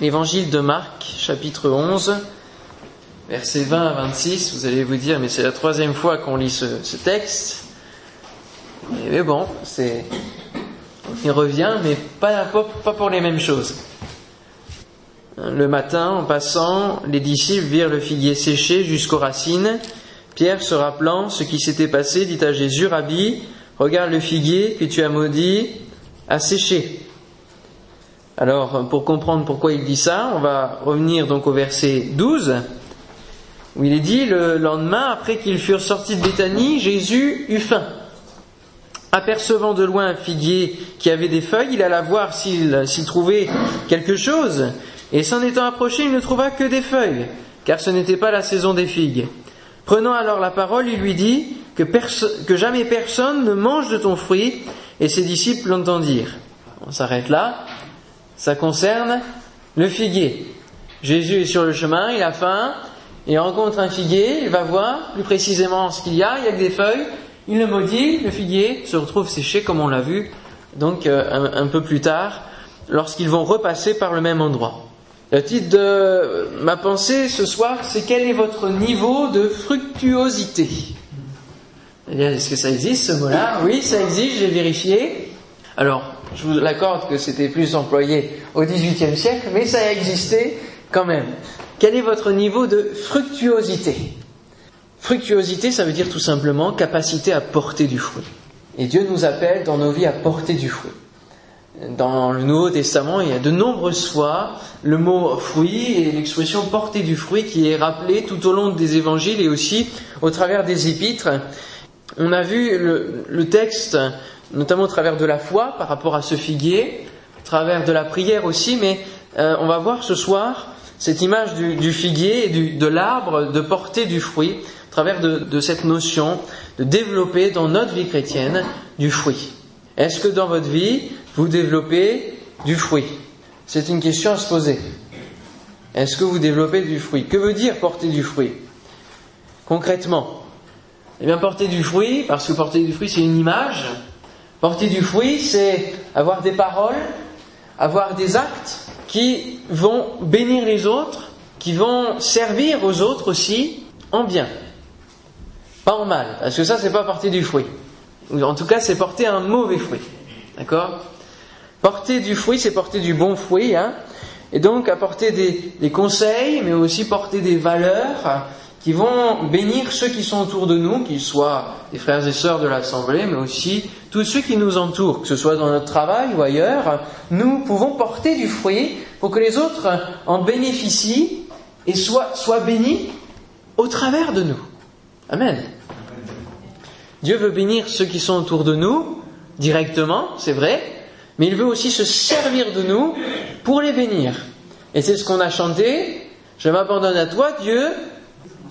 L'évangile de Marc, chapitre 11, versets 20 à 26. Vous allez vous dire, mais c'est la 3e fois qu'on lit ce texte. Mais bon, on y revient, mais pas pour les mêmes choses. Le matin, en passant, les disciples virent le figuier séché jusqu'aux racines. Pierre, se rappelant ce qui s'était passé, dit à Jésus, « Rabbi, regarde le figuier que tu as maudit a séché. » Alors, pour comprendre pourquoi il dit ça, on va revenir donc au verset 12, où il est dit, le lendemain, après qu'ils furent sortis de Béthanie, Jésus eut faim. Apercevant de loin un figuier qui avait des feuilles, il alla voir s'il trouvait quelque chose, et s'en étant approché, il ne trouva que des feuilles, car ce n'était pas la saison des figues. Prenant alors la parole, il lui dit que jamais personne ne mange de ton fruit, et ses disciples l'entendirent. On s'arrête là. Ça concerne le figuier. Jésus est sur le chemin, il a faim, il rencontre un figuier, il va voir plus précisément ce qu'il y a que des feuilles, il le maudit, le figuier se retrouve séché comme on l'a vu, donc un peu plus tard, lorsqu'ils vont repasser par le même endroit. Le titre de ma pensée ce soir, c'est « Quel est votre niveau de fructuosité ?» Est-ce que ça existe ce mot-là ? Oui, ça existe, j'ai vérifié. Alors, je vous l'accorde que c'était plus employé au XVIIIe siècle, mais ça a existé quand même. Quel est votre niveau de fructuosité ? Fructuosité, ça veut dire tout simplement capacité à porter du fruit. Et Dieu nous appelle dans nos vies à porter du fruit. Dans le Nouveau Testament, il y a de nombreuses fois le mot fruit et l'expression porter du fruit qui est rappelé tout au long des évangiles et aussi au travers des épîtres. On a vu le texte notamment au travers de la foi par rapport à ce figuier, au travers de la prière aussi, mais on va voir ce soir cette image du figuier et de l'arbre de porter du fruit, au travers de cette notion de développer dans notre vie chrétienne du fruit. Est-ce que dans votre vie, vous développez du fruit ? C'est une question à se poser. Est-ce que vous développez du fruit ? Que veut dire porter du fruit ? Concrètement, eh bien porter du fruit, parce que porter du fruit c'est une image. Porter du fruit, c'est avoir des paroles, avoir des actes qui vont bénir les autres, qui vont servir aux autres aussi en bien, pas en mal, parce que ça c'est pas porter du fruit. En tout cas, c'est porter un mauvais fruit. D'accord ? Porter du fruit, c'est porter du bon fruit, et donc apporter des conseils, mais aussi porter des valeurs qui vont bénir ceux qui sont autour de nous, qu'ils soient des frères et sœurs de l'Assemblée, mais aussi tous ceux qui nous entourent, que ce soit dans notre travail ou ailleurs. Nous pouvons porter du fruit pour que les autres en bénéficient et soient bénis au travers de nous. Amen. Dieu veut bénir ceux qui sont autour de nous, directement, c'est vrai, mais il veut aussi se servir de nous pour les bénir. Et c'est ce qu'on a chanté, « Je m'abandonne à toi, Dieu, utilise-moi. »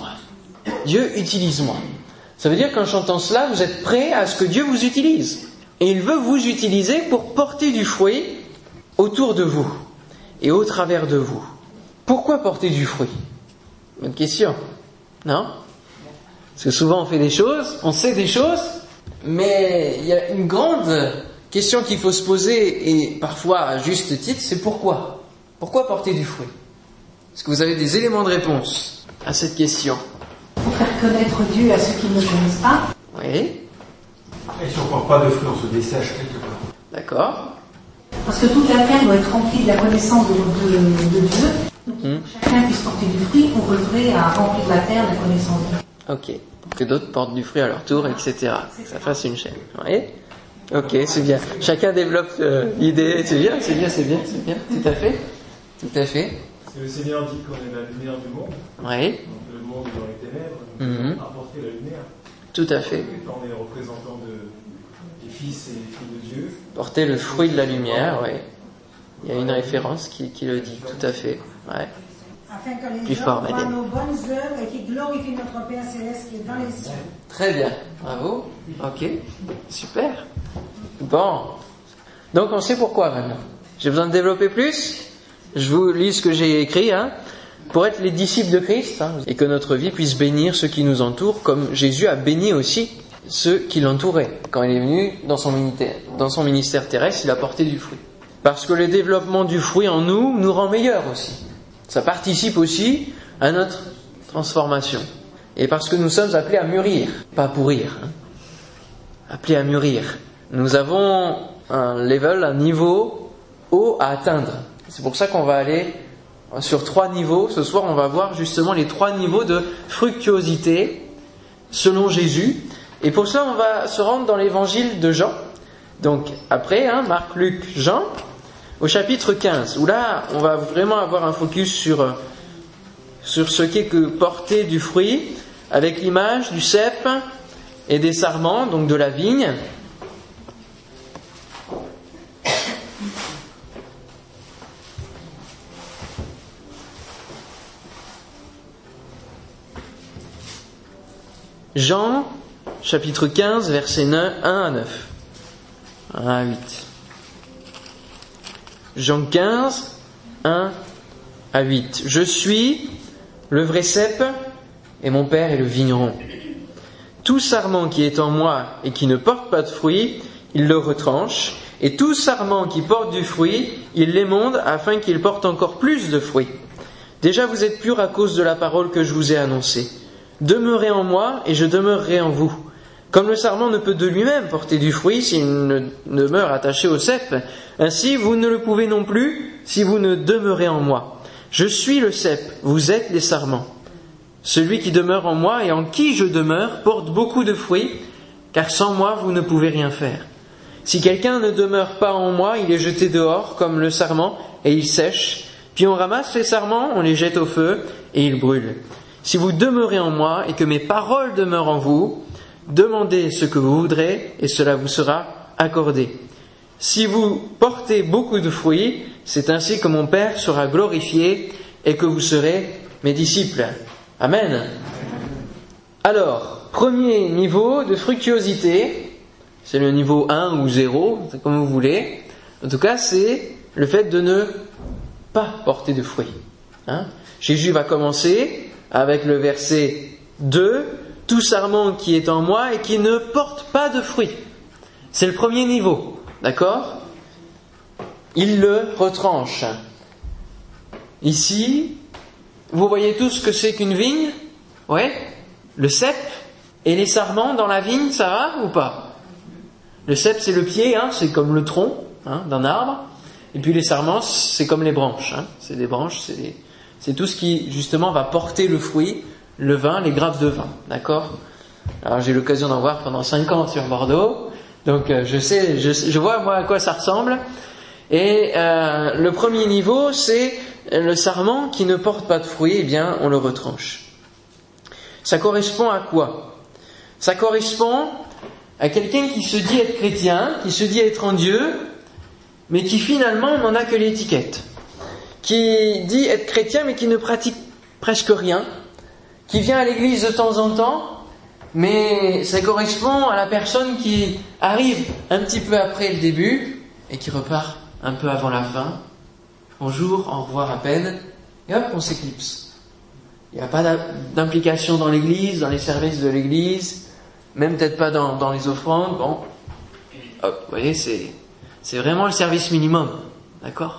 Dieu, utilise-moi. Ça veut dire qu'en chantant cela, vous êtes prêts à ce que Dieu vous utilise. Et il veut vous utiliser pour porter du fruit autour de vous et au travers de vous. Pourquoi porter du fruit ? Bonne question, non ? Parce que souvent on fait des choses, on sait des choses, mais il y a une grande question qu'il faut se poser, et parfois à juste titre, c'est pourquoi ? Pourquoi porter du fruit ? Est-ce que vous avez des éléments de réponse à cette question ? Pour faire connaître Dieu à ceux qui ne le connaissent pas. Oui. Et si on ne porte pas de fruit, on se dessèche quelque part. D'accord. Parce que toute la terre doit être remplie de la connaissance de Dieu. Donc, chacun puisse porter du fruit, on voudrait à remplir la terre de la connaissance de Dieu. Ok. Pour que d'autres portent du fruit à leur tour, etc. Que ça fasse une chaîne. Oui. Ok, c'est bien. Chacun développe l'idée. C'est bien. Tout à fait. Le Seigneur dit qu'on est la lumière du monde. Oui. Donc le monde est dans les ténèbres, donc apporter la lumière. Tout à fait. On est représentant des fils et des filles de Dieu. Porter le fruit de la lumière, oui. Il y a une référence qui le dit, tout à fait. Ouais. Afin que les Plus hommes fort, voient madame. nos bonnes œuvres et qui glorifient notre Père Céleste qui est dans les cieux. Très bien, bravo. Ok, super. Bon. Donc on sait pourquoi maintenant. J'ai besoin de développer plus ? Je vous lis ce que j'ai écrit, pour être les disciples de Christ, et que notre vie puisse bénir ceux qui nous entourent, comme Jésus a béni aussi ceux qui l'entouraient. Quand il est venu dans son ministère terrestre, il a porté du fruit. parce que le développement du fruit en nous rend meilleurs aussi. Ça participe aussi à notre transformation. Et parce que nous sommes appelés à mûrir, pas à pourrir, appelés à mûrir. Nous avons un level, un niveau haut à atteindre. C'est pour ça qu'on va aller sur 3 niveaux. Ce soir, on va voir justement les 3 niveaux de fructuosité selon Jésus. Et pour cela, on va se rendre dans l'évangile de Jean. Donc après, Marc, Luc, Jean, au chapitre 15, où là, on va vraiment avoir un focus sur ce qu'est que porter du fruit, avec l'image du cep et des sarments, donc de la vigne. Jean, chapitre 15, versets 1 à 9. 1 à 8. Jean 15, 1 à 8. Je suis le vrai cep et mon Père est le vigneron. Tout sarment qui est en moi et qui ne porte pas de fruit, il le retranche. Et tout sarment qui porte du fruit, il l'émonde afin qu'il porte encore plus de fruits. Déjà vous êtes purs à cause de la parole que je vous ai annoncée. Demeurez en moi et je demeurerai en vous. Comme le sarment ne peut de lui-même porter du fruit s'il ne demeure attaché au cep, ainsi vous ne le pouvez non plus si vous ne demeurez en moi. Je suis le cep, vous êtes les sarments. Celui qui demeure en moi et en qui je demeure porte beaucoup de fruits, car sans moi vous ne pouvez rien faire. Si quelqu'un ne demeure pas en moi, il est jeté dehors comme le sarment et il sèche. Puis on ramasse les sarments, on les jette au feu et ils brûlent. Si vous demeurez en moi et que mes paroles demeurent en vous, demandez ce que vous voudrez et cela vous sera accordé. Si vous portez beaucoup de fruits, c'est ainsi que mon Père sera glorifié et que vous serez mes disciples. Amen. Alors, premier niveau de fructuosité, c'est le niveau 1 ou 0, c'est comme vous voulez. En tout cas, c'est le fait de ne pas porter de fruits. Jésus va commencer avec le verset 2, « Tout sarment qui est en moi et qui ne porte pas de fruits ». C'est le premier niveau, d'accord ? Il le retranche. Ici, vous voyez tous ce que c'est qu'une vigne ? Ouais ? Le cep et les sarments dans la vigne, ça va ou pas ? Le cep, c'est le pied, c'est comme le tronc d'un arbre. Et puis les sarments, c'est comme les branches. C'est des branches, c'est tout ce qui, justement, va porter le fruit, le vin, les grappes de vin. D'accord ? Alors, j'ai eu l'occasion d'en voir pendant 5 ans sur Bordeaux. Donc, je vois, moi, à quoi ça ressemble. Et le premier niveau, c'est le sarment qui ne porte pas de fruits, eh bien, on le retranche. Ça correspond à quoi ? Ça correspond à quelqu'un qui se dit être chrétien, qui se dit être en Dieu, mais qui finalement n'en a que l'étiquette. Qui dit être chrétien, mais qui ne pratique presque rien, qui vient à l'église de temps en temps, mais ça correspond à la personne qui arrive un petit peu après le début et qui repart un peu avant la fin. Bonjour, au revoir à peine, et hop, on s'éclipse. Il n'y a pas d'implication dans l'église, dans les services de l'église, même peut-être pas dans les offrandes. Bon, hop, vous voyez, c'est vraiment le service minimum, d'accord ?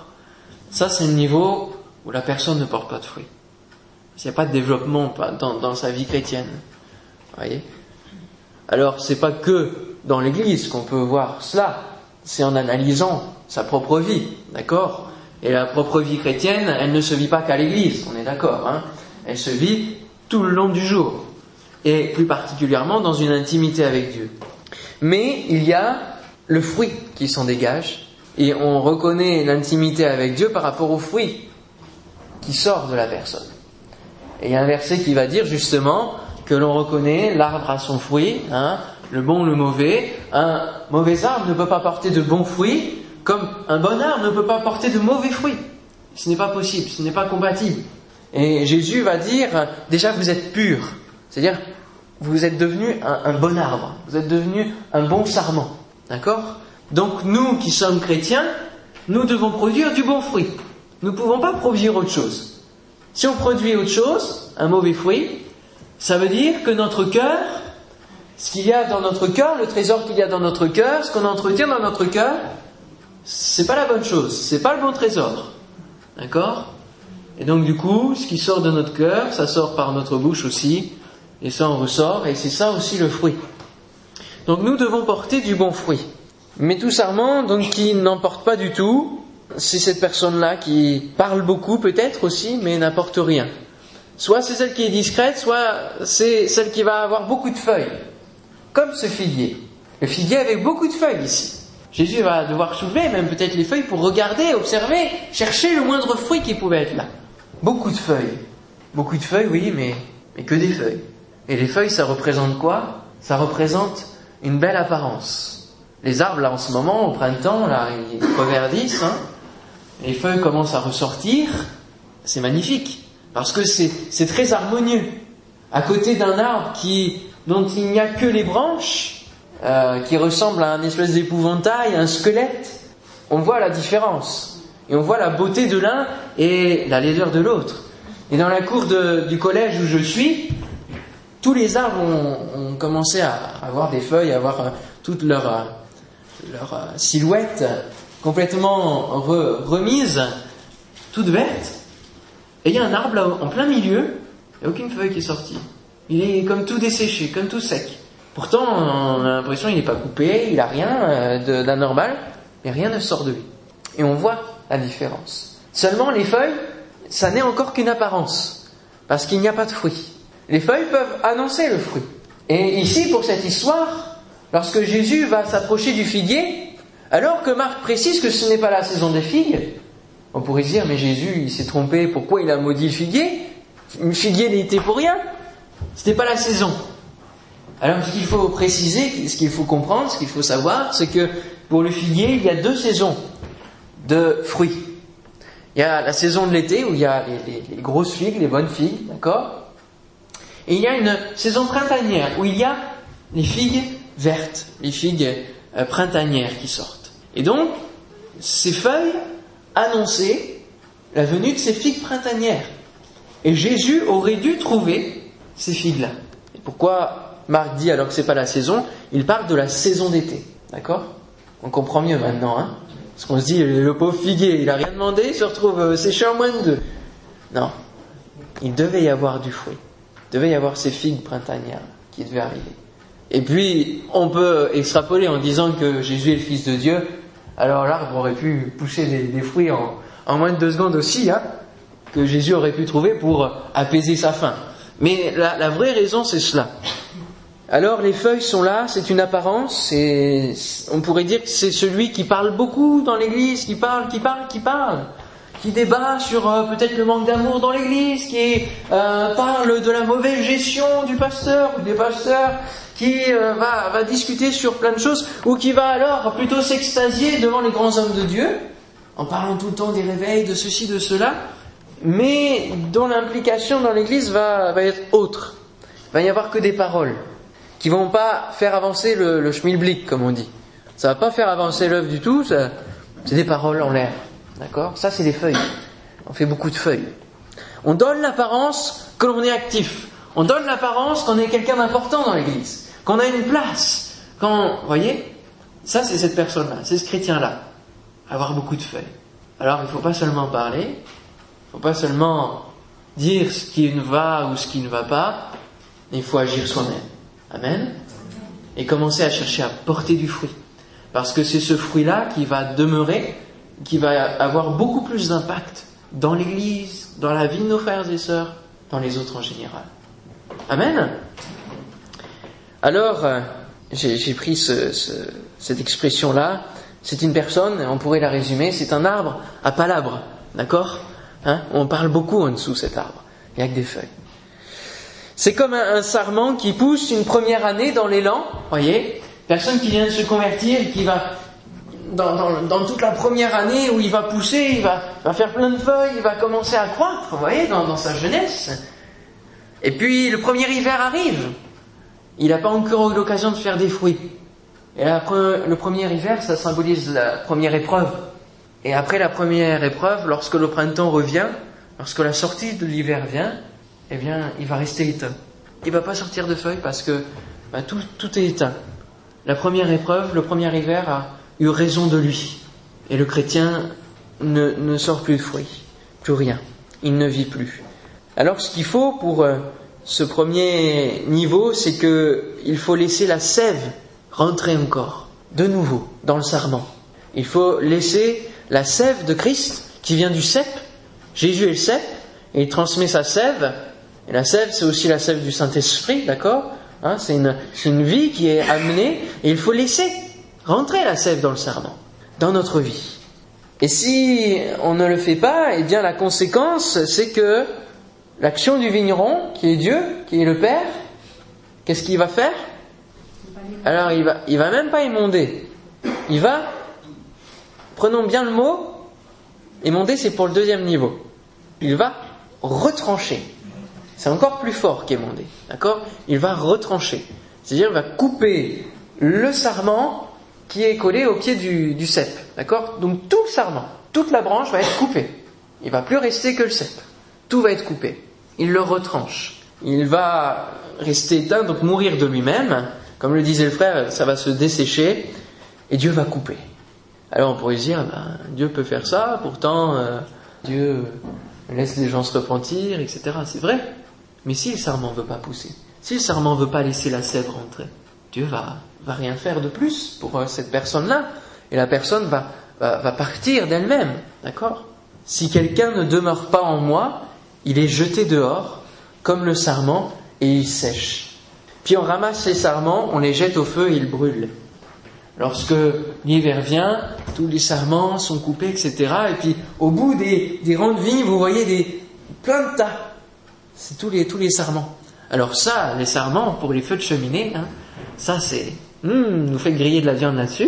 Ça, c'est le niveau où la personne ne porte pas de fruits. Il n'y a pas de développement dans sa vie chrétienne. Vous voyez ? Alors, c'est pas que dans l'église qu'on peut voir cela. C'est en analysant sa propre vie, d'accord ? Et la propre vie chrétienne, elle ne se vit pas qu'à l'église, on est d'accord, Elle se vit tout le long du jour. Et plus particulièrement dans une intimité avec Dieu. Mais il y a le fruit qui s'en dégage. Et on reconnaît l'intimité avec Dieu par rapport au fruit qui sort de la personne. Et il y a un verset qui va dire justement que l'on reconnaît l'arbre à son fruit, le bon, le mauvais. Un mauvais arbre ne peut pas porter de bons fruits, comme un bon arbre ne peut pas porter de mauvais fruits. Ce n'est pas possible, ce n'est pas compatible. Et Jésus va dire, déjà vous êtes purs, c'est-à-dire vous êtes devenu un bon arbre, vous êtes devenu un bon sarment, d'accord ? Donc nous qui sommes chrétiens, nous devons produire du bon fruit. Nous ne pouvons pas produire autre chose. Si on produit autre chose, un mauvais fruit, ça veut dire que notre cœur, ce qu'il y a dans notre cœur, le trésor qu'il y a dans notre cœur, ce qu'on entretient dans notre cœur, c'est pas la bonne chose, c'est pas le bon trésor. D'accord ? Et donc du coup, ce qui sort de notre cœur, ça sort par notre bouche aussi, et ça en ressort, et c'est ça aussi le fruit. Donc nous devons porter du bon fruit. Mais tout sarment, donc qui n'en porte pas du tout, c'est cette personne-là qui parle beaucoup peut-être aussi, mais n'apporte rien. Soit c'est celle qui est discrète, soit c'est celle qui va avoir beaucoup de feuilles. Comme ce figuier. Le figuier avec beaucoup de feuilles ici. Jésus va devoir soulever même peut-être les feuilles pour regarder, observer, chercher le moindre fruit qui pouvait être là. Beaucoup de feuilles. Beaucoup de feuilles, oui, mais que des feuilles. Et les feuilles, ça représente quoi ? Ça représente une belle apparence. Les arbres, là, en ce moment, au printemps, là, ils reverdissent, les feuilles commencent à ressortir. C'est magnifique. Parce que c'est très harmonieux. À côté d'un arbre dont il n'y a que les branches, qui ressemble à un espèce d'épouvantail, un squelette, on voit la différence. Et on voit la beauté de l'un et la laideur de l'autre. Et dans la cour du collège où je suis, tous les arbres ont commencé à avoir des feuilles, à avoir toute leur silhouette complètement remise, toute verte. Et il y a un arbre là, en plein milieu, il n'y a aucune feuille qui est sortie. Il est comme tout desséché, comme tout sec. Pourtant, on a l'impression qu'il n'est pas coupé, il n'a rien d'anormal, mais rien ne sort de lui. Et on voit la différence. Seulement, les feuilles, ça n'est encore qu'une apparence, parce qu'il n'y a pas de fruit. Les feuilles peuvent annoncer le fruit. Et ici, pour cette histoire, lorsque Jésus va s'approcher du figuier, alors que Marc précise que ce n'est pas la saison des figues, on pourrait se dire, mais Jésus, il s'est trompé, pourquoi il a maudit le figuier ? Le figuier n'était pour rien, c'était pas la saison. Alors ce qu'il faut préciser, ce qu'il faut comprendre, ce qu'il faut savoir, c'est que pour le figuier, il y a 2 saisons de fruits. Il y a la saison de l'été où il y a les grosses figues, les bonnes figues, d'accord ? Et il y a une saison printanière où il y a les figues vertes, les figues printanières qui sortent. Et donc, ces feuilles annonçaient la venue de ces figues printanières. Et Jésus aurait dû trouver ces figues-là. Et pourquoi Marc dit, alors que c'est pas la saison, il parle de la saison d'été. D'accord ? On comprend mieux maintenant, Parce qu'on se dit, le pauvre figuier, il a rien demandé, il se retrouve séché en moins de 2. Non. Il devait y avoir du fruit. Il devait y avoir ces figues printanières qui devaient arriver. Et puis, on peut extrapoler en disant que Jésus est le Fils de Dieu. Alors l'arbre aurait pu pousser des fruits en moins de 2 secondes aussi, que Jésus aurait pu trouver pour apaiser sa faim. Mais la vraie raison, c'est cela. Alors les feuilles sont là, c'est une apparence, on pourrait dire que c'est celui qui parle beaucoup dans l'église, qui parle, qui débat sur peut-être le manque d'amour dans l'église, qui parle de la mauvaise gestion du pasteur ou des pasteurs, qui va discuter sur plein de choses, ou qui va alors plutôt s'extasier devant les grands hommes de Dieu, en parlant tout le temps des réveils, de ceci, de cela, mais dont l'implication dans l'église va être autre. Il va y avoir que des paroles qui vont pas faire avancer le schmilblick, comme on dit. Ça va pas faire avancer l'œuvre du tout, c'est des paroles en l'air. D'accord ? Ça, c'est les feuilles. On fait beaucoup de feuilles. On donne l'apparence que l'on est actif. On donne l'apparence qu'on est quelqu'un d'important dans l'église. Qu'on a une place. Vous voyez ? Ça, c'est cette personne-là. C'est ce chrétien-là. Avoir beaucoup de feuilles. Alors, il ne faut pas seulement parler. Il ne faut pas seulement dire ce qui va ou ce qui ne va pas. Il faut agir soi-même. Amen. Et commencer à chercher à porter du fruit. Parce que c'est ce fruit-là qui va demeurer, qui va avoir beaucoup plus d'impact dans l'église, dans la vie de nos frères et sœurs, dans les autres en général. Amen. Alors, j'ai pris cette expression-là. C'est une personne, on pourrait la résumer, c'est un arbre à palabre. D'accord ? On parle beaucoup en dessous cet arbre. Il n'y a que des feuilles. C'est comme un sarment qui pousse une première année dans l'élan, voyez, personne qui vient de se convertir, qui va dans toute la première année où il va pousser, il va faire plein de feuilles, il va commencer à croître, vous voyez, dans sa jeunesse. Et puis le premier hiver arrive, il n'a pas encore eu l'occasion de faire des fruits. Et le premier hiver, ça symbolise la première épreuve. Et après la première épreuve, lorsque le printemps revient, lorsque la sortie de l'hiver vient, eh bien, il va rester éteint. Il ne va pas sortir de feuilles parce que tout est éteint. La première épreuve, le premier hiver a eu raison de lui. Et le chrétien ne sort plus de fruits, plus rien. Il ne vit plus. Alors ce qu'il faut pour ce premier niveau, c'est qu'il faut laisser la sève rentrer encore, de nouveau, dans le sarment. Il faut laisser la sève de Christ qui vient du cep. Jésus est le cep, et il transmet sa sève. Et la sève, c'est aussi la sève du Saint-Esprit, d'accord ? C'est une vie qui est amenée, et il faut laisser rentrer la sève dans le sarment, dans notre vie. Et si on ne le fait pas, eh bien la conséquence, c'est que l'action du vigneron, qui est Dieu, qui est le Père, qu'est-ce qu'il va faire ? Alors il va même pas émonder. Il va, prenons bien le mot, émonder c'est pour le deuxième niveau. Il va retrancher. C'est encore plus fort qu'émonder, d'accord ? Il va retrancher. C'est-à-dire il va couper le sarment qui est collé au pied du cep, d'accord ? Donc tout le sarment, toute la branche va être coupée. Il ne va plus rester que le cep. Tout va être coupé. Il le retranche. Il va rester éteint, donc mourir de lui-même. Comme le disait le frère, ça va se dessécher et Dieu va couper. Alors on pourrait se dire, Dieu peut faire ça, pourtant Dieu laisse les gens se repentir, etc. C'est vrai. Mais si le sarment ne veut pas pousser, si le sarment ne veut pas laisser la sève rentrer, Dieu va rien faire de plus pour cette personne-là. Et la personne va partir d'elle-même. D'accord ? Si quelqu'un ne demeure pas en moi, il est jeté dehors, comme le sarment, et il sèche. Puis on ramasse les sarments, on les jette au feu et ils brûlent. Lorsque l'hiver vient, tous les sarments sont coupés, etc. Et puis au bout des rangs de vignes, vous voyez plein de tas. C'est tous les sarments. Alors ça, les sarments, pour les feux de cheminée, ça c'est... vous faites griller de la viande là-dessus,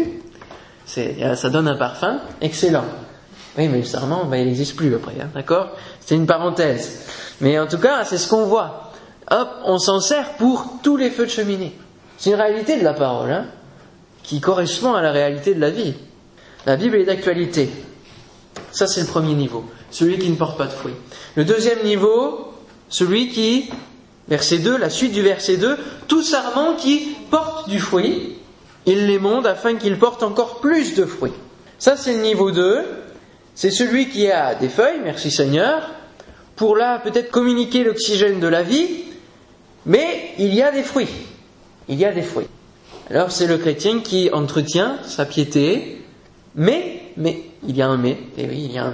ça donne un parfum excellent. Oui, mais le sarment, il n'existe plus après, d'accord ? C'est une parenthèse. Mais en tout cas, c'est ce qu'on voit. Hop, on s'en sert pour tous les feux de cheminée. C'est une réalité de la parole, qui correspond à la réalité de la vie. La Bible est d'actualité. Ça, c'est le premier niveau. Celui qui ne porte pas de fruits. Le deuxième niveau, celui qui, verset 2, la suite du verset 2, tout sarment qui porte du fruit, il l'émonde afin qu'il porte encore plus de fruits. Ça, c'est le niveau 2. C'est celui qui a des feuilles, merci Seigneur, pour là peut-être communiquer l'oxygène de la vie, mais il y a des fruits. Il y a des fruits. Alors c'est le chrétien qui entretient sa piété, mais, il y a un mais, et oui, il y a un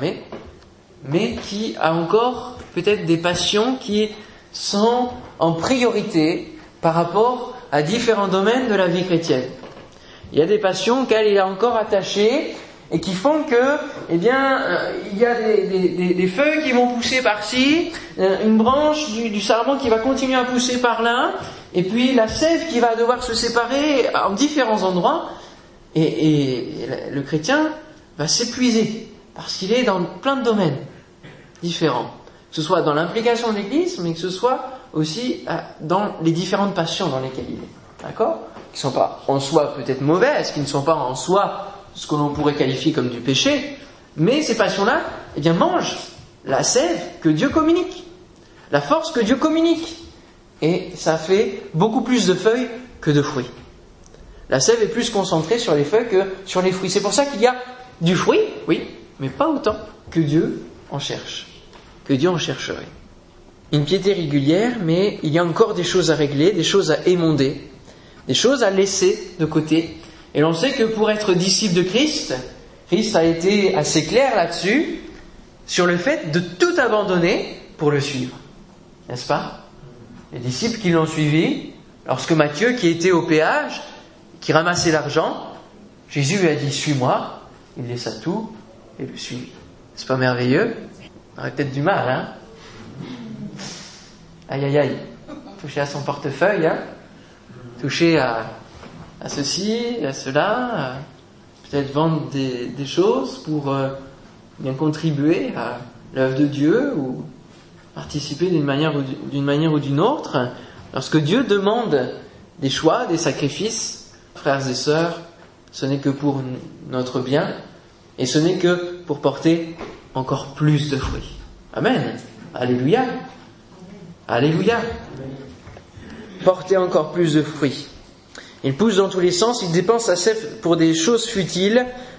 mais qui a encore peut-être des passions qui sont en priorité par rapport à différents domaines de la vie chrétienne. Il y a des passions auxquelles il est encore attaché, et qui font que, il y a des feuilles qui vont pousser par-ci, une branche du sarment qui va continuer à pousser par-là, et puis la sève qui va devoir se séparer en différents endroits, et le chrétien va s'épuiser, parce qu'il est dans plein de domaines différents. Que ce soit dans l'implication de l'Église, mais que ce soit aussi dans les différentes passions dans lesquelles il est. D'accord ? Qui ne sont pas en soi peut-être mauvaises, qui ne sont pas en soi ce que l'on pourrait qualifier comme du péché, mais ces passions-là, mangent la sève que Dieu communique, la force que Dieu communique, et ça fait beaucoup plus de feuilles que de fruits. La sève est plus concentrée sur les feuilles que sur les fruits. C'est pour ça qu'il y a du fruit, oui, mais pas autant que Dieu en cherche, que Dieu en chercherait. Une piété régulière, mais il y a encore des choses à régler, des choses à émonder, des choses à laisser de côté. Et l'on sait que pour être disciple de Christ, Christ a été assez clair là-dessus, sur le fait de tout abandonner pour le suivre. N'est-ce pas ? Les disciples qui l'ont suivi, lorsque Matthieu, qui était au péage, qui ramassait l'argent, Jésus lui a dit « Suis-moi », il laissa tout et le suivit. C'est pas merveilleux ? On aurait peut-être du mal, Aïe, aïe, aïe. Toucher à son portefeuille, toucher à ceci, à cela, peut-être vendre des choses pour bien contribuer à l'œuvre de Dieu ou participer d'une manière ou d'une autre. Lorsque Dieu demande des choix, des sacrifices, frères et sœurs, ce n'est que pour notre bien et ce n'est que pour porter encore plus de fruits. Amen. Alléluia. Alléluia. Porter encore plus de fruits. Il pousse dans tous les sens, il dépense sa sève pour des choses futiles,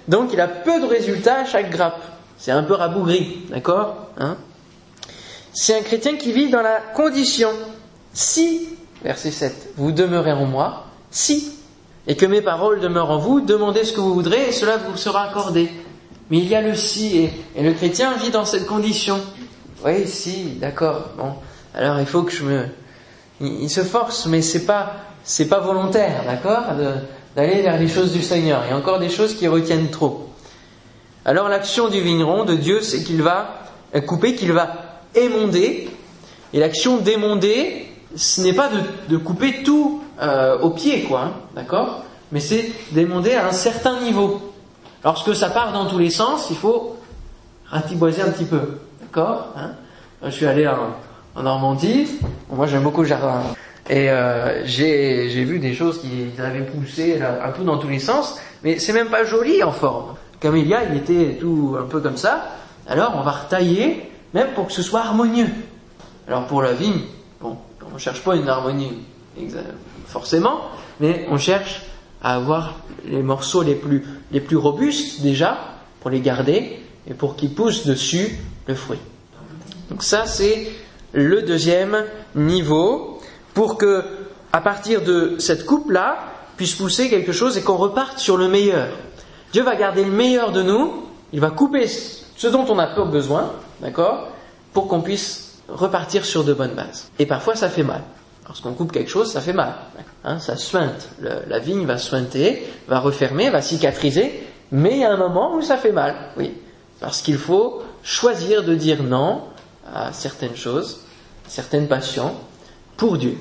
donc il a peu de résultats à chaque grappe. C'est un peu rabougri, d'accord, hein? C'est un chrétien qui vit dans la condition, si, verset 7, vous demeurez en moi, si, et que mes paroles demeurent en vous, demandez ce que vous voudrez et cela vous sera accordé. Mais il y a le si, et le chrétien vit dans cette condition. Oui, si, d'accord, bon, alors il faut que il se force, mais c'est pas volontaire, d'accord, d'aller vers les choses du Seigneur. Il y a encore des choses qui retiennent trop. Alors l'action du vigneron, de Dieu, c'est qu'il va couper, qu'il va émonder. Et l'action d'émonder, ce n'est pas de couper tout au pied, quoi, hein, d'accord, mais c'est d'émonder à un certain niveau. Lorsque ça part dans tous les sens, il faut ratiboiser un petit peu, d'accord, hein. Je suis allé en Normandie, moi j'aime beaucoup le jardin, et j'ai vu des choses qui avaient poussé là, un peu dans tous les sens, mais c'est même pas joli en forme. Camélia, il était tout un peu comme ça, alors on va retailler, même pour que ce soit harmonieux. Alors pour la vigne, bon, on ne cherche pas une harmonie forcément, mais on cherche à avoir les morceaux les plus robustes déjà, pour les garder, et pour qu'ils poussent dessus le fruit. Donc ça c'est le deuxième niveau, pour que, à partir de cette coupe-là, puisse pousser quelque chose et qu'on reparte sur le meilleur. Dieu va garder le meilleur de nous, il va couper ce dont on a peu besoin, d'accord, pour qu'on puisse repartir sur de bonnes bases. Et parfois ça fait mal. Lorsqu'on coupe quelque chose, ça fait mal. Hein, ça suinte. La vigne va suinter, va refermer, va cicatriser, mais il y a un moment où ça fait mal. Oui, parce qu'il faut choisir de dire non à certaines choses, certaines passions, pour Dieu.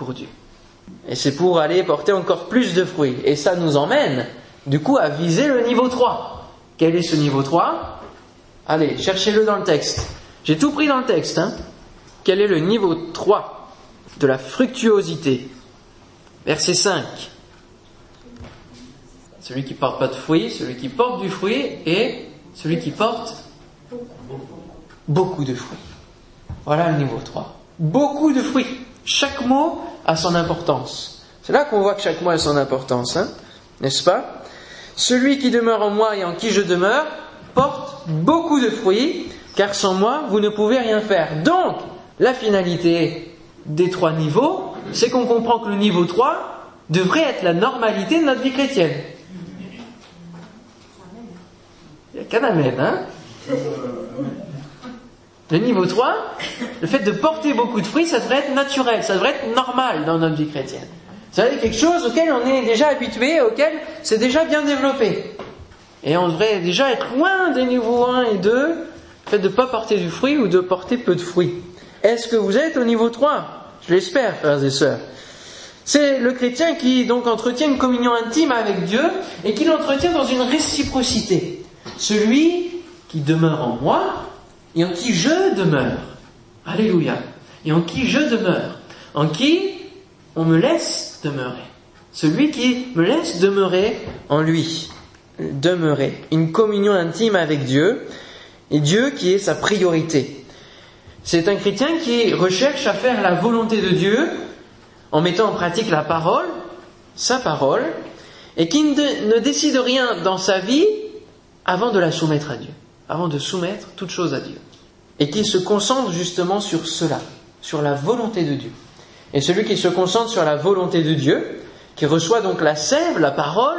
Et c'est pour aller porter encore plus de fruits. Et ça nous emmène, du coup, à viser le niveau 3. Quel est ce niveau 3 ? Allez, cherchez-le dans le texte. J'ai tout pris dans le texte, hein. Quel est le niveau 3 de la fructuosité ? Verset 5. Celui qui porte pas de fruit, celui qui porte du fruit et celui qui porte beaucoup de fruits. Voilà le niveau 3. Beaucoup de fruits. Chaque mot a son importance. C'est là qu'on voit que chaque mot a son importance, hein, n'est-ce pas ? Celui qui demeure en moi et en qui je demeure porte beaucoup de fruits, car sans moi, vous ne pouvez rien faire. Donc, la finalité des 3 niveaux, c'est qu'on comprend que le niveau 3 devrait être la normalité de notre vie chrétienne. Il n'y a qu'un amen, hein ? Le niveau 3, le fait de porter beaucoup de fruits, ça devrait être naturel, ça devrait être normal dans notre vie chrétienne. Ça devrait être quelque chose auquel on est déjà habitué, auquel c'est déjà bien développé. Et on devrait déjà être loin des niveaux 1 et 2, le fait de ne pas porter du fruit ou de porter peu de fruits. Est-ce que vous êtes au niveau 3 ? Je l'espère, frères et sœurs. C'est le chrétien qui donc entretient une communion intime avec Dieu et qui l'entretient dans une réciprocité. Celui qui demeure en moi et en qui je demeure. Alléluia. Et en qui je demeure. En qui on me laisse demeurer. Celui qui me laisse demeurer en lui. Demeurer. Une communion intime avec Dieu. Et Dieu qui est sa priorité. C'est un chrétien qui recherche à faire la volonté de Dieu en mettant en pratique la parole, sa parole, et qui ne décide rien dans sa vie avant de la soumettre à Dieu, avant de soumettre toute chose à Dieu. Et qui se concentre justement sur cela, sur la volonté de Dieu. Et celui qui se concentre sur la volonté de Dieu, qui reçoit donc la sève, la parole,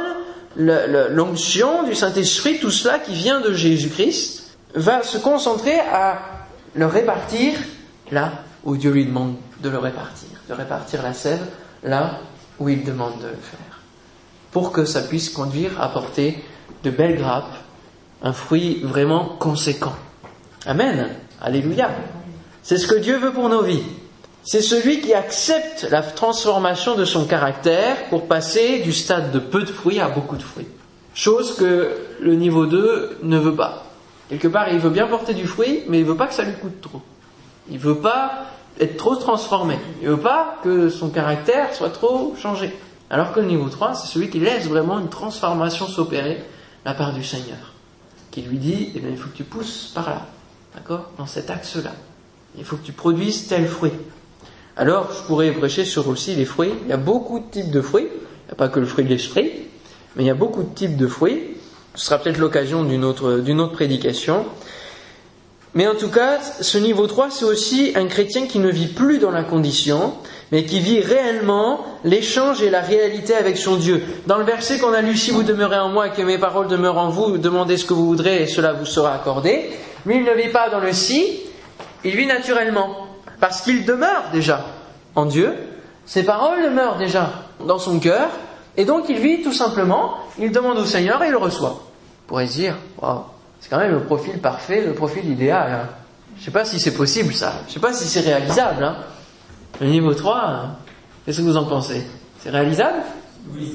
l'onction du Saint-Esprit, tout cela qui vient de Jésus-Christ, va se concentrer à le répartir là où Dieu lui demande de le répartir. De répartir la sève là où il demande de le faire. Pour que ça puisse conduire à porter de belles grappes, un fruit vraiment conséquent. Amen. Alléluia. C'est ce que Dieu veut pour nos vies. C'est celui qui accepte la transformation de son caractère pour passer du stade de peu de fruits à beaucoup de fruits. Chose que le niveau 2 ne veut pas. Quelque part, il veut bien porter du fruit, mais il veut pas que ça lui coûte trop. Il veut pas être trop transformé. Il veut pas que son caractère soit trop changé. Alors que le niveau 3, c'est celui qui laisse vraiment une transformation s'opérer de la part du Seigneur. Qui lui dit, il faut que tu pousses par là. D'accord ? Dans cet axe-là. Il faut que tu produises tel fruit. Alors, je pourrais prêcher sur aussi les fruits. Il y a beaucoup de types de fruits. Il n'y a pas que le fruit de l'esprit, mais il y a beaucoup de types de fruits. Ce sera peut-être l'occasion d'une autre prédication. Mais en tout cas, ce niveau 3, c'est aussi un chrétien qui ne vit plus dans la condition, mais qui vit réellement l'échange et la réalité avec son Dieu. Dans le verset qu'on a lu, si vous demeurez en moi et que mes paroles demeurent en vous, demandez ce que vous voudrez et cela vous sera accordé. Lui, il ne vit pas dans le si, il vit naturellement. Parce qu'il demeure déjà en Dieu, ses paroles demeurent déjà dans son cœur, et donc il vit tout simplement, il demande au Seigneur et il le reçoit. On pourrait se dire, waouh, c'est quand même le profil parfait, le profil idéal. Hein. Je ne sais pas si c'est possible ça, je ne sais pas si c'est réalisable. Hein. Le niveau 3, qu'est-ce que vous en pensez? C'est réalisable? Oui.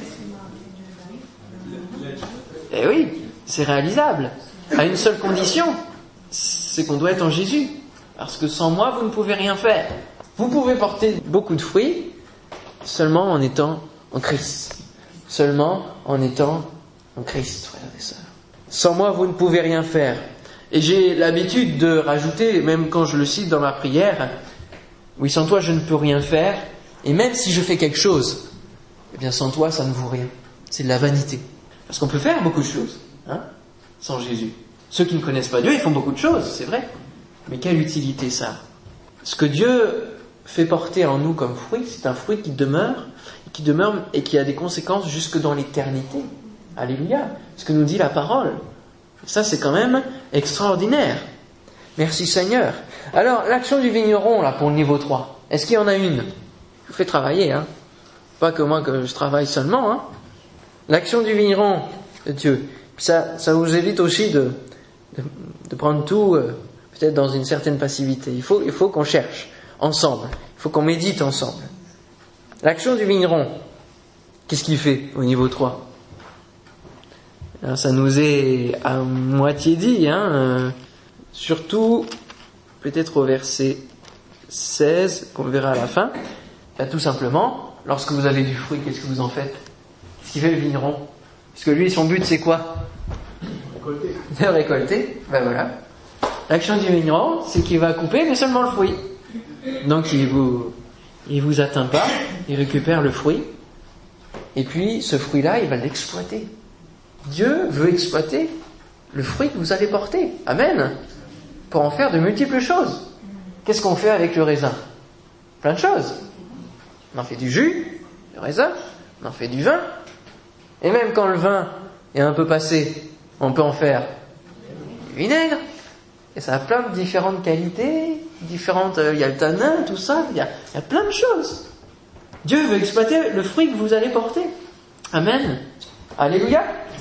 Eh oui, c'est réalisable. À une seule condition, c'est qu'on doit être en Jésus. Parce que sans moi, vous ne pouvez rien faire. Vous pouvez porter beaucoup de fruits seulement en étant en Christ. Seulement en étant en Christ, frères et sœurs. Sans moi, vous ne pouvez rien faire. Et j'ai l'habitude de rajouter, même quand je le cite dans ma prière, oui, sans toi, je ne peux rien faire. Et même si je fais quelque chose, eh bien, sans toi, ça ne vaut rien. C'est de la vanité. Parce qu'on peut faire beaucoup de choses, hein, sans Jésus. Ceux qui ne connaissent pas Dieu, ils font beaucoup de choses, c'est vrai. Mais quelle utilité ça? Ce que Dieu fait porter en nous comme fruit, c'est un fruit qui demeure et qui a des conséquences jusque dans l'éternité. Alléluia. Ce que nous dit la parole. Ça, c'est quand même extraordinaire. Merci Seigneur. Alors, l'action du vigneron, là, pour le niveau 3, est-ce qu'il y en a une? Je vous fais travailler, hein. Pas que moi que je travaille seulement, hein. L'action du vigneron de Dieu. Ça vous évite aussi de prendre tout, peut-être dans une certaine passivité. Il faut qu'on cherche ensemble. Il faut qu'on médite ensemble. L'action du vigneron, qu'est-ce qu'il fait au niveau 3? Alors, ça nous est à moitié dit, hein. Surtout, peut-être au verset 16, qu'on verra à la fin. Là, tout simplement, lorsque vous avez du fruit, qu'est-ce que vous en faites? Qu'est-ce qu'il fait le vigneron? Parce que lui, son but, c'est quoi? Récolter. De récolter. Ben voilà. L'action du vigneron, c'est qu'il va couper, mais seulement le fruit. Donc, il vous atteint pas, il récupère le fruit. Et puis, ce fruit-là, il va l'exploiter. Dieu veut exploiter le fruit que vous allez porter. Amen. Pour en faire de multiples choses. Qu'est-ce qu'on fait avec le raisin? Plein de choses. On en fait du jus, le raisin, on en fait du vin. Et même quand le vin est un peu passé, on peut en faire du vinaigre. Et ça a plein de différentes qualités, il y a le tanin, tout ça, il y a plein de choses. Dieu veut exploiter le fruit que vous allez porter. Amen. Alléluia.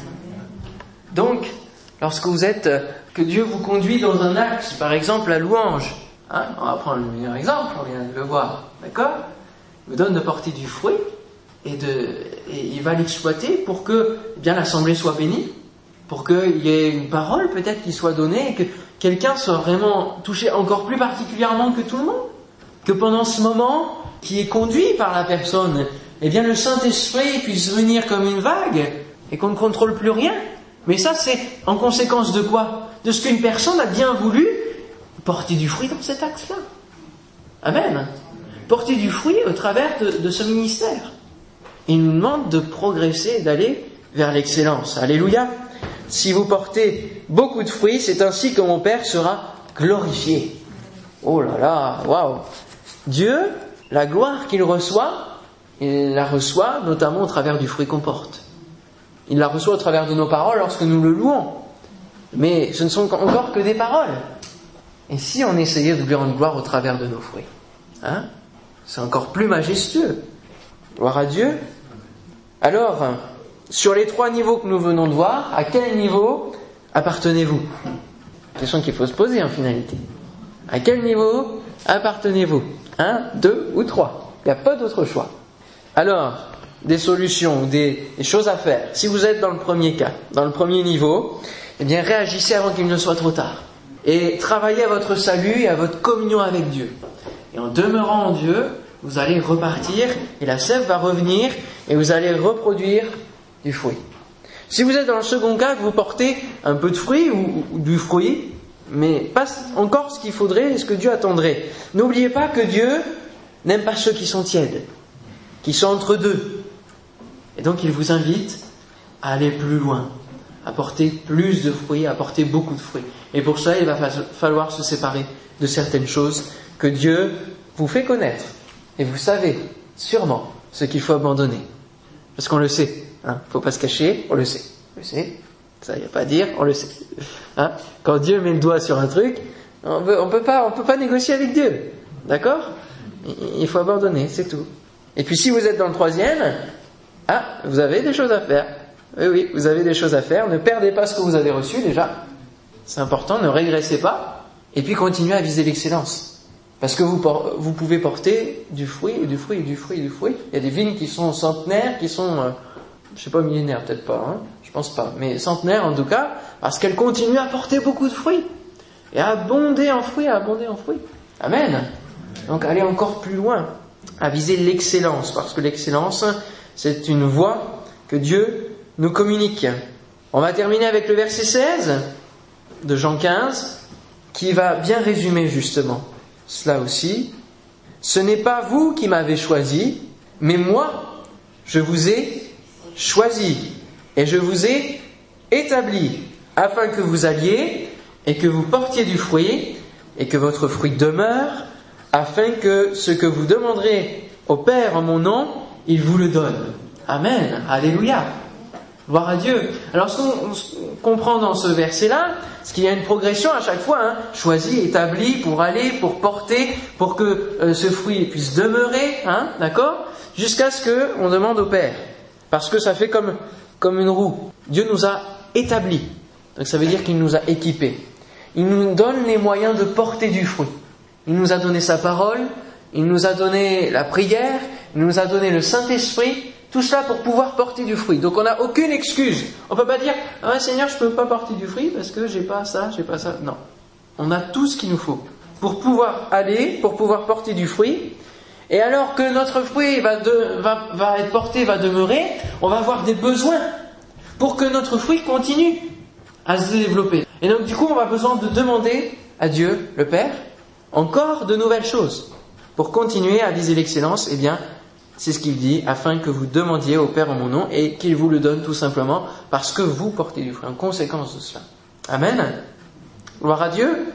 Donc, lorsque vous êtes, que Dieu vous conduit dans un axe, par exemple la louange, hein, on va prendre le meilleur exemple, on vient de le voir, d'accord? Il vous donne de porter du fruit, et il va l'exploiter pour que bien l'assemblée soit bénie, pour qu'il y ait une parole peut-être qui soit donnée, et que quelqu'un soit vraiment touché encore plus particulièrement que tout le monde, que pendant ce moment qui est conduit par la personne, eh bien le Saint-Esprit puisse venir comme une vague, et qu'on ne contrôle plus rien. Mais ça, c'est en conséquence de quoi? De ce qu'une personne a bien voulu porter du fruit dans cet axe-là. Amen. Porter du fruit au travers de ce ministère. Il nous demande de progresser, d'aller vers l'excellence. Alléluia. Si vous portez beaucoup de fruits, c'est ainsi que mon Père sera glorifié. Oh là là, waouh. Dieu, la gloire qu'il reçoit, il la reçoit notamment au travers du fruit qu'on porte. Il la reçoit au travers de nos paroles lorsque nous le louons. Mais ce ne sont encore que des paroles. Et si on essayait de lui rendre gloire au travers de nos fruits, hein? C'est encore plus majestueux. Gloire à Dieu. Alors, sur les 3 niveaux que nous venons de voir, à quel niveau appartenez-vous? Question qu'il faut se poser en finalité. À quel niveau appartenez-vous? 1, 2 ou 3? Il n'y a pas d'autre choix. Alors, des solutions, des choses à faire. Si vous êtes dans le premier cas, dans le premier niveau, eh bien réagissez avant qu'il ne soit trop tard. Et travaillez à votre salut et à votre communion avec Dieu. Et en demeurant en Dieu, vous allez repartir et la sève va revenir et vous allez reproduire du fruit. Si vous êtes dans le second cas, que vous portez un peu de fruit ou du fruit, mais pas encore ce qu'il faudrait et ce que Dieu attendrait. N'oubliez pas que Dieu n'aime pas ceux qui sont tièdes, qui sont entre deux. Et donc il vous invite à aller plus loin, porter plus de fruits, à porter beaucoup de fruits. Et pour ça, il va falloir se séparer de certaines choses que Dieu vous fait connaître. Et vous savez sûrement ce qu'il faut abandonner. Parce qu'on le sait. Faut pas se cacher, on le sait. On le sait. Ça, il n'y a pas à dire, on le sait. Quand Dieu met le doigt sur un truc, on peut pas négocier avec Dieu. D'accord? Il faut abandonner, c'est tout. Et puis si vous êtes dans le troisième, vous avez des choses à faire. Oui, vous avez des choses à faire. Ne perdez pas ce que vous avez reçu déjà. C'est important, ne régressez pas. Et puis continuez à viser l'excellence. Parce que vous pouvez porter du fruit, et du fruit, et du fruit, et du fruit. Il y a des vignes qui sont centenaires, qui sont, millénaires peut-être pas, je pense pas. Mais centenaires en tout cas, parce qu'elles continuent à porter beaucoup de fruits. Et à abonder en fruits, Amen. Donc allez encore plus loin, à viser l'excellence. Parce que l'excellence, c'est une voie que Dieu nous communique. On va terminer avec le verset 16 de Jean 15, qui va bien résumer justement cela aussi. Ce n'est pas vous qui m'avez choisi, mais moi, je vous ai choisi et je vous ai établi afin que vous alliez et que vous portiez du fruit et que votre fruit demeure, afin que ce que vous demanderez au Père en mon nom, il vous le donne. Amen. Alléluia. Gloire à Dieu. Alors ce qu'on comprend dans ce verset-là, c'est qu'il y a une progression à chaque fois, choisi, établi, pour aller, pour porter, pour que ce fruit puisse demeurer, d'accord, jusqu'à ce qu'on demande au Père. Parce que ça fait comme une roue. Dieu nous a établis. Donc ça veut dire qu'il nous a équipés. Il nous donne les moyens de porter du fruit. Il nous a donné sa parole, il nous a donné la prière, il nous a donné le Saint-Esprit, tout cela pour pouvoir porter du fruit. Donc on n'a aucune excuse. On ne peut pas dire « Seigneur, je ne peux pas porter du fruit parce que j'ai pas ça. » Non. On a tout ce qu'il nous faut pour pouvoir aller, pour pouvoir porter du fruit. Et alors que notre fruit va être porté, va demeurer, on va avoir des besoins pour que notre fruit continue à se développer. Et donc du coup, on va besoin de demander à Dieu, le Père, encore de nouvelles choses. Pour continuer à viser l'excellence, c'est ce qu'il dit, afin que vous demandiez au Père en mon nom et qu'il vous le donne tout simplement parce que vous portez du fruit, en conséquence de cela. Amen. Gloire à Dieu.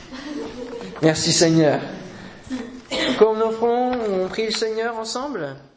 Merci Seigneur. Comme nous offrons, on prie le Seigneur ensemble.